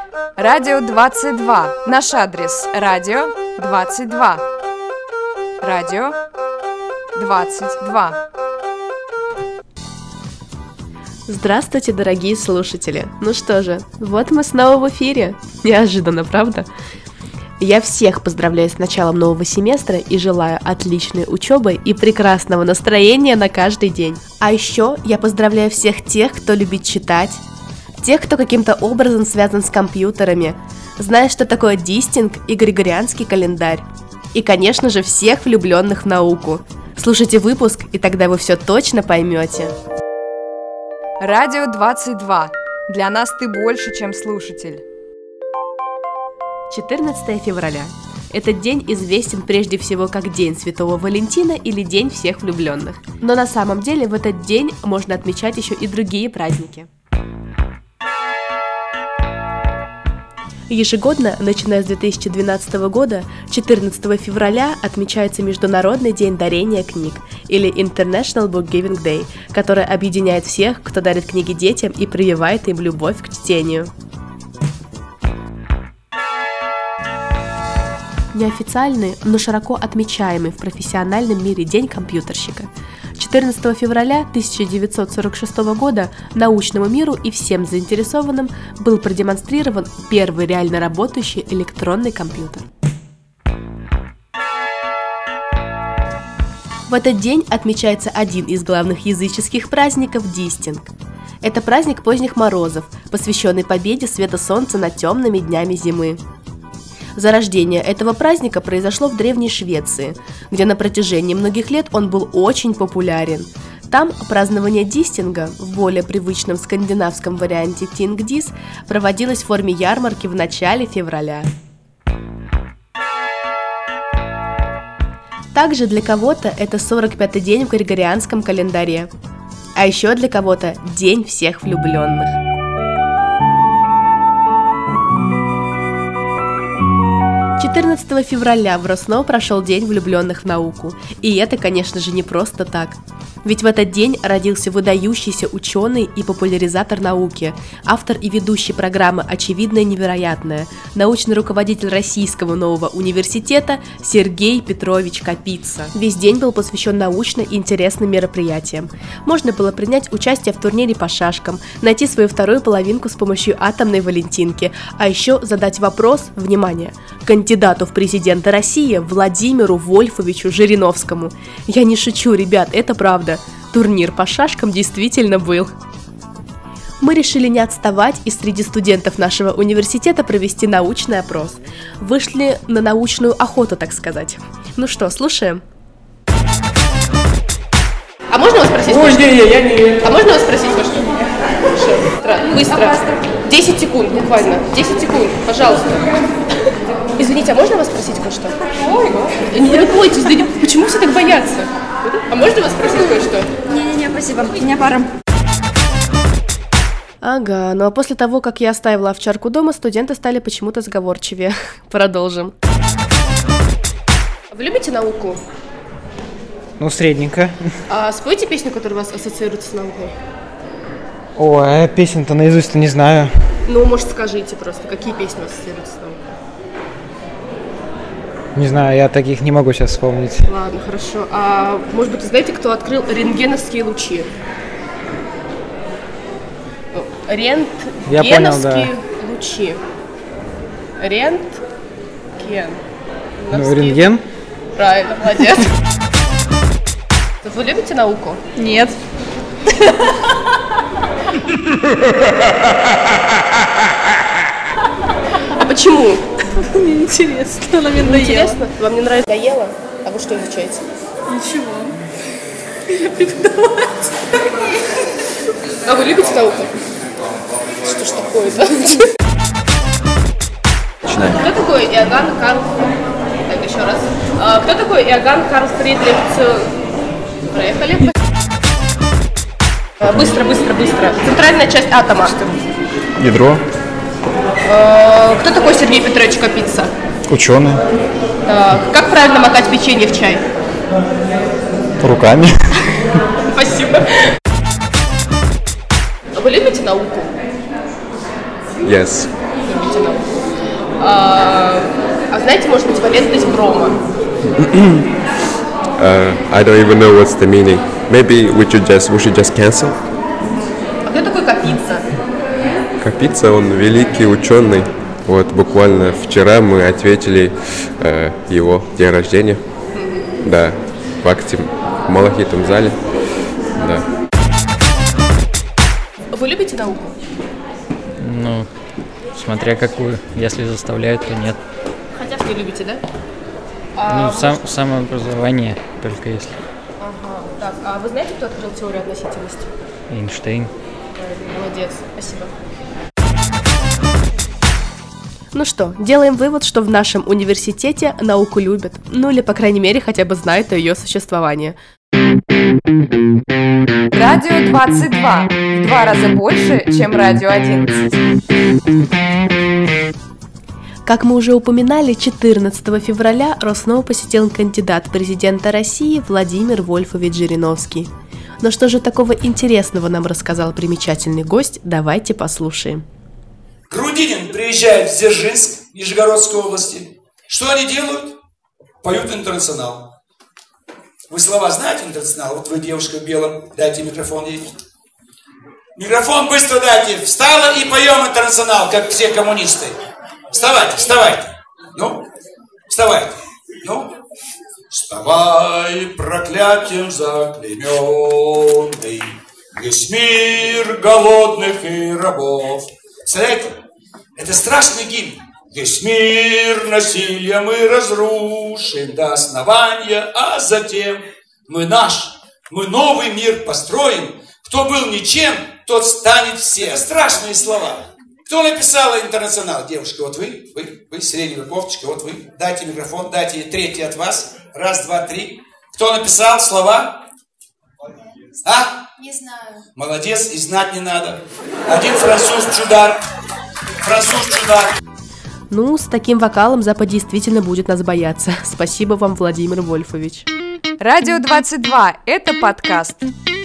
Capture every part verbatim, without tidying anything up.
Радио двадцать два. Наш адрес: радио двадцать два. Радио двадцать два. Здравствуйте, дорогие слушатели! Ну что же, вот мы снова в эфире. Неожиданно, правда? Я всех поздравляю с началом нового семестра и желаю отличной учебы и прекрасного настроения на каждый день. А еще я поздравляю всех тех, кто любит читать, тех, кто каким-то образом связан с компьютерами, знает, что такое дистинг и григорианский календарь. И, конечно же, всех влюбленных в науку. Слушайте выпуск, и тогда вы все точно поймете. Радио двадцать два. Для нас ты больше, чем слушатель. четырнадцатое февраля. Этот день известен прежде всего как День Святого Валентина или День всех влюбленных. Но на самом деле в этот день можно отмечать еще и другие праздники. Ежегодно, начиная с две тысячи двенадцатого года, четырнадцатого февраля отмечается Международный день дарения книг, или International Book Giving Day, который объединяет всех, кто дарит книги детям и прививает им любовь к чтению. Неофициальный, но широко отмечаемый в профессиональном мире День компьютерщика. четырнадцатого февраля тысяча девятьсот сорок шестого года научному миру и всем заинтересованным был продемонстрирован первый реально работающий электронный компьютер. В этот день отмечается один из главных языческих праздников – Дистинг. Это праздник поздних морозов, посвященный победе света солнца над темными днями зимы. Зарождение этого праздника произошло в Древней Швеции, где на протяжении многих лет он был очень популярен. Там празднование дистинга, в более привычном скандинавском варианте тингдис, проводилось в форме ярмарки в начале февраля. Также для кого-то это сорок пятый день в григорианском календаре, а еще для кого-то День всех влюбленных. четырнадцатого февраля в Росно прошел День влюбленных в науку. И это, конечно же, не просто так. Ведь в этот день родился выдающийся ученый и популяризатор науки, автор и ведущий программы «Очевидное невероятное», научный руководитель Российского нового университета Сергей Петрович Капица. Весь день был посвящен научно интересным мероприятиям. Можно было принять участие в турнире по шашкам, найти свою вторую половинку с помощью атомной валентинки, а еще задать вопрос, внимание, кандидату в президенты России Владимиру Вольфовичу Жириновскому. Я не шучу, ребят, это правда. Турнир по шашкам действительно был. Мы решили не отставать и среди студентов нашего университета провести научный опрос. Вышли на научную охоту, так сказать. Ну что, слушаем? А можно вас спросить? Ой, не, не, я не... А можно вас спросить кое-что? Хорошо, быстро. десять секунд, буквально. десять секунд, пожалуйста. Извините, а можно вас спросить кое-что? Ой, не, не бойтесь, да не... Почему все так боятся? А можно вас спросить кое-что? Не-не-не, спасибо, у меня пара. Ага, ну а после того, как я оставила овчарку дома, студенты стали почему-то сговорчивее. Продолжим. Вы любите науку? Ну, средненько. А спойте песню, которая у вас ассоциируется с наукой? Ой, а песен-то наизусть-то не знаю. Ну, может, скажите просто, какие песни у вас ассоциируются с наукой? Не знаю, я таких не могу сейчас вспомнить. Ладно, хорошо. А может быть, вы знаете, кто открыл рентгеновские лучи? Рентгеновские Я понял, да. лучи. Рентген. Ну, рентген? Правильно, молодец. Вы любите науку? Нет. А почему? Мне интересно, она мне надоела. Интересно? Вам не нравится? Надоело? А вы что изучаете? Ничего. Я преподаватель. А вы любите науку? Что ж такое-то? Начинаем. Кто такой Иоганн Карл... Так, еще раз. А, кто такой Иоганн Карл Фридрих Ц... Проехали. А, быстро, быстро, быстро. Центральная часть атома. Ядро. А, кто такой Сергей Петрович Капица? Ученый. Так, как правильно макать печенье в чай? Руками. Спасибо. Вы любите науку? Yes. любите науку. А, а знаете, может быть, полезность брома? Uh, I don't even know what's the meaning. Maybe we should just we should just cancel. А кто такой Капица? Капица, он великий ученый. Вот буквально вчера мы ответили э, его день рождения. Mm-hmm. Да, в акте в Малахитовом зале. Да. Вы любите науку? Ну, смотря какую. Если заставляют, то нет. Хотя что любите, да? Ну, А, сам, самообразование только если. Ага, так, а вы знаете, кто открыл теорию относительности? Эйнштейн. Молодец, спасибо. Ну что, делаем вывод, что в нашем университете науку любят. Ну или, по крайней мере, хотя бы знают о ее существовании. Радио двадцать два. В два раза больше, чем Радио одиннадцать. Как мы уже упоминали, четырнадцатого февраля Роснау посетил кандидат в президента России Владимир Вольфович Жириновский. Но что же такого интересного нам рассказал примечательный гость, давайте послушаем. Грудинин приезжает в Дзержинск, Нижегородской области. Что они делают? Поют «Интернационал». Вы слова знаете «Интернационал»? Вот вы, девушка в белом, дайте микрофон ей. Микрофон быстро дайте. Встала и поем «Интернационал», как все коммунисты. Вставайте, вставайте. Ну, вставайте. Ну, вставай, проклятием заклейменный, весь мир голодных и рабов. Представляете? Это страшный гимн. Весь мир насилием мы разрушим до основания, а затем мы наш, мы новый мир построим. Кто был ничем, тот станет всем. Страшные слова. Кто написал «Интернационал»? Девушка, вот вы, вы, вы, среднего кофточка, вот вы. Дайте микрофон, дайте третий от вас. Раз, два, три. Кто написал слова? А? Не знаю. Молодец, и знать не надо. Один француз чудак. Француз чудак. Ну, с таким вокалом Запад действительно будет нас бояться. Спасибо вам, Владимир Вольфович. Радио двадцать два. Это подкаст.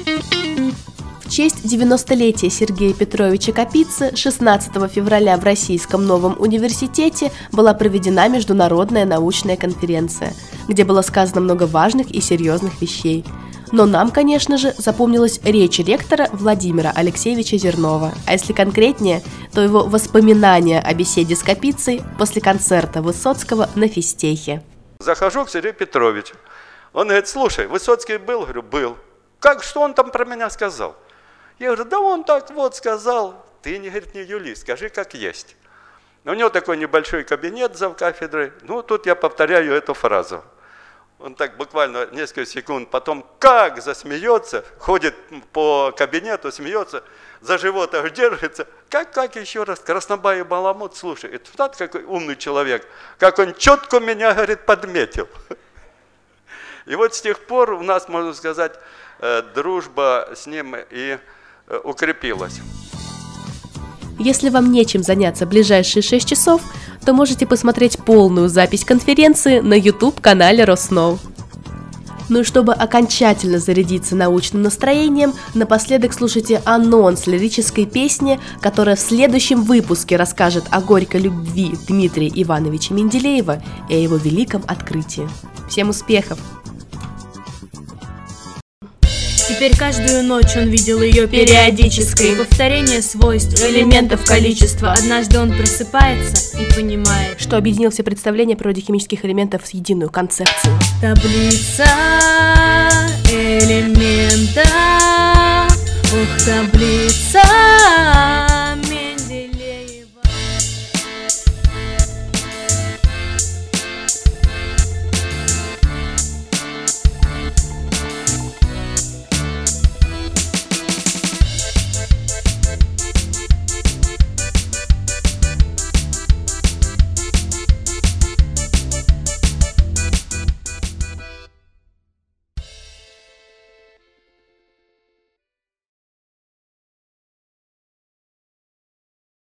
В честь девяностолетия Сергея Петровича Капицы шестнадцатого февраля в Российском новом университете была проведена международная научная конференция, где было сказано много важных и серьезных вещей. Но нам, конечно же, запомнилась речь ректора Владимира Алексеевича Зернова, а если конкретнее, то его воспоминания о беседе с Капицей после концерта Высоцкого на физтехе. Захожу к Сергею Петровичу, он говорит: слушай, Высоцкий был? Говорю, был. Как, что он там про меня сказал? Я говорю, да он так вот сказал. Ты, не, говорит, не юли, скажи как есть. У него такой небольшой кабинет завкафедрой, ну тут я повторяю эту фразу. Он так буквально несколько секунд, потом как засмеется, ходит по кабинету, смеется, за живот аж держится. Как, как еще раз, Краснобай и Баламут, слушай, это вот какой умный человек, как он четко меня, говорит, подметил. И вот с тех пор у нас, можно сказать, дружба с ним и укрепилась. Если вам нечем заняться ближайшие шесть часов, то можете посмотреть полную запись конференции на YouTube-канале Роснау. Ну и чтобы окончательно зарядиться научным настроением, напоследок слушайте анонс лирической песни, которая в следующем выпуске расскажет о горькой любви Дмитрия Ивановича Менделеева и о его великом открытии. Всем успехов! Теперь каждую ночь он видел ее периодической. Повторение свойств, элементов, количества. Однажды он просыпается и понимает, что объединил все представления о природе химических элементов в единую концепцию. Таблица элементов. Ох, таблица.